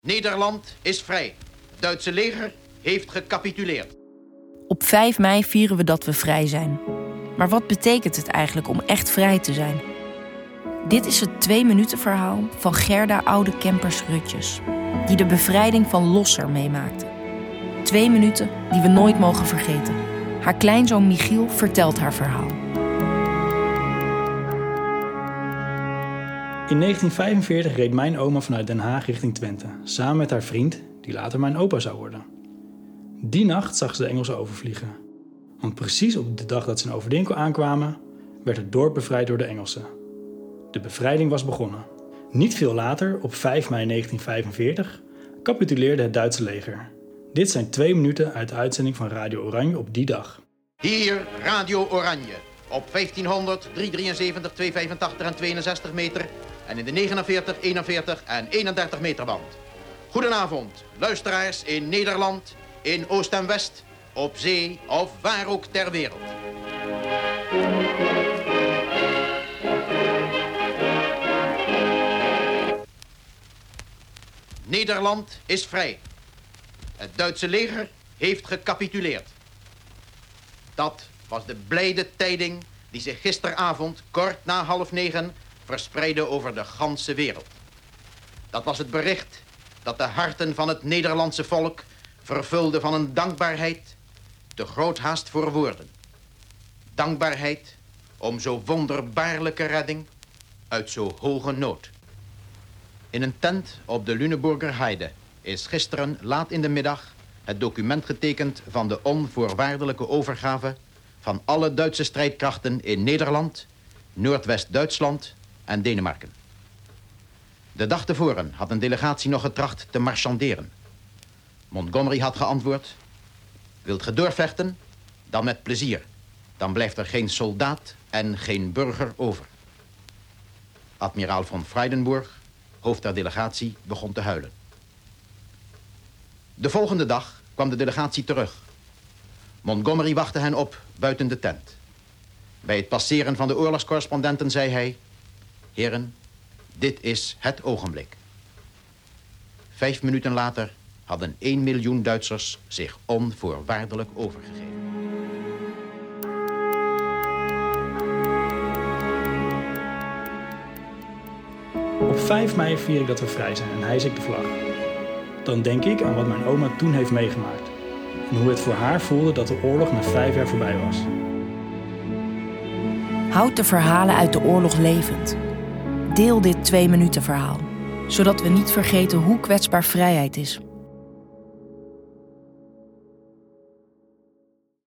Nederland is vrij. Het Duitse leger heeft gecapituleerd. Op 5 mei vieren we dat we vrij zijn. Maar wat betekent het eigenlijk om echt vrij te zijn? Dit is het 2-minuten verhaal van Gerda Oude-Kempers-Rutjes, die de bevrijding van Losser meemaakte. 2 minuten die we nooit mogen vergeten. Haar kleinzoon Michiel vertelt haar verhaal. In 1945 reed mijn oma vanuit Den Haag richting Twente, samen met haar vriend, die later mijn opa zou worden. Die nacht zag ze de Engelsen overvliegen. Want precies op de dag dat ze in Overdinkel aankwamen, werd het dorp bevrijd door de Engelsen. De bevrijding was begonnen. Niet veel later, op 5 mei 1945, capituleerde het Duitse leger. Dit zijn 2 minuten uit de uitzending van Radio Oranje op die dag. Hier Radio Oranje. Op 1500, 373, 285 en 62 meter. En in de 49, 41 en 31 meter band. Goedenavond, luisteraars in Nederland, in Oost en West, op zee of waar ook ter wereld. Nederland is vrij. Het Duitse leger heeft gecapituleerd. Dat was de blijde tijding die zich gisteravond kort na 20:30 verspreidde over de ganse wereld. Dat was het bericht dat de harten van het Nederlandse volk vervulde van een dankbaarheid te groot haast voor woorden. Dankbaarheid om zo wonderbaarlijke redding uit zo hoge nood. In een tent op de Lüneburger Heide is gisteren laat in de middag het document getekend van de onvoorwaardelijke overgave van alle Duitse strijdkrachten in Nederland, Noordwest-Duitsland en Denemarken. De dag tevoren had een delegatie nog getracht te marchanderen. Montgomery had geantwoord: wilt ge doorvechten? Dan met plezier. Dan blijft er geen soldaat en geen burger over. Admiraal von Freudenburg, hoofd der delegatie, begon te huilen. De volgende dag kwam de delegatie terug. Montgomery wachtte hen op buiten de tent. Bij het passeren van de oorlogscorrespondenten zei hij: heren, dit is het ogenblik. 5 minuten later hadden 1 miljoen Duitsers zich onvoorwaardelijk overgegeven. Op 5 mei vier ik dat we vrij zijn en hijs ik de vlag. Dan denk ik aan wat mijn oma toen heeft meegemaakt. En hoe het voor haar voelde dat de oorlog na 5 jaar voorbij was. Houd de verhalen uit de oorlog levend. Deel dit 2-minuten verhaal, zodat we niet vergeten hoe kwetsbaar vrijheid is.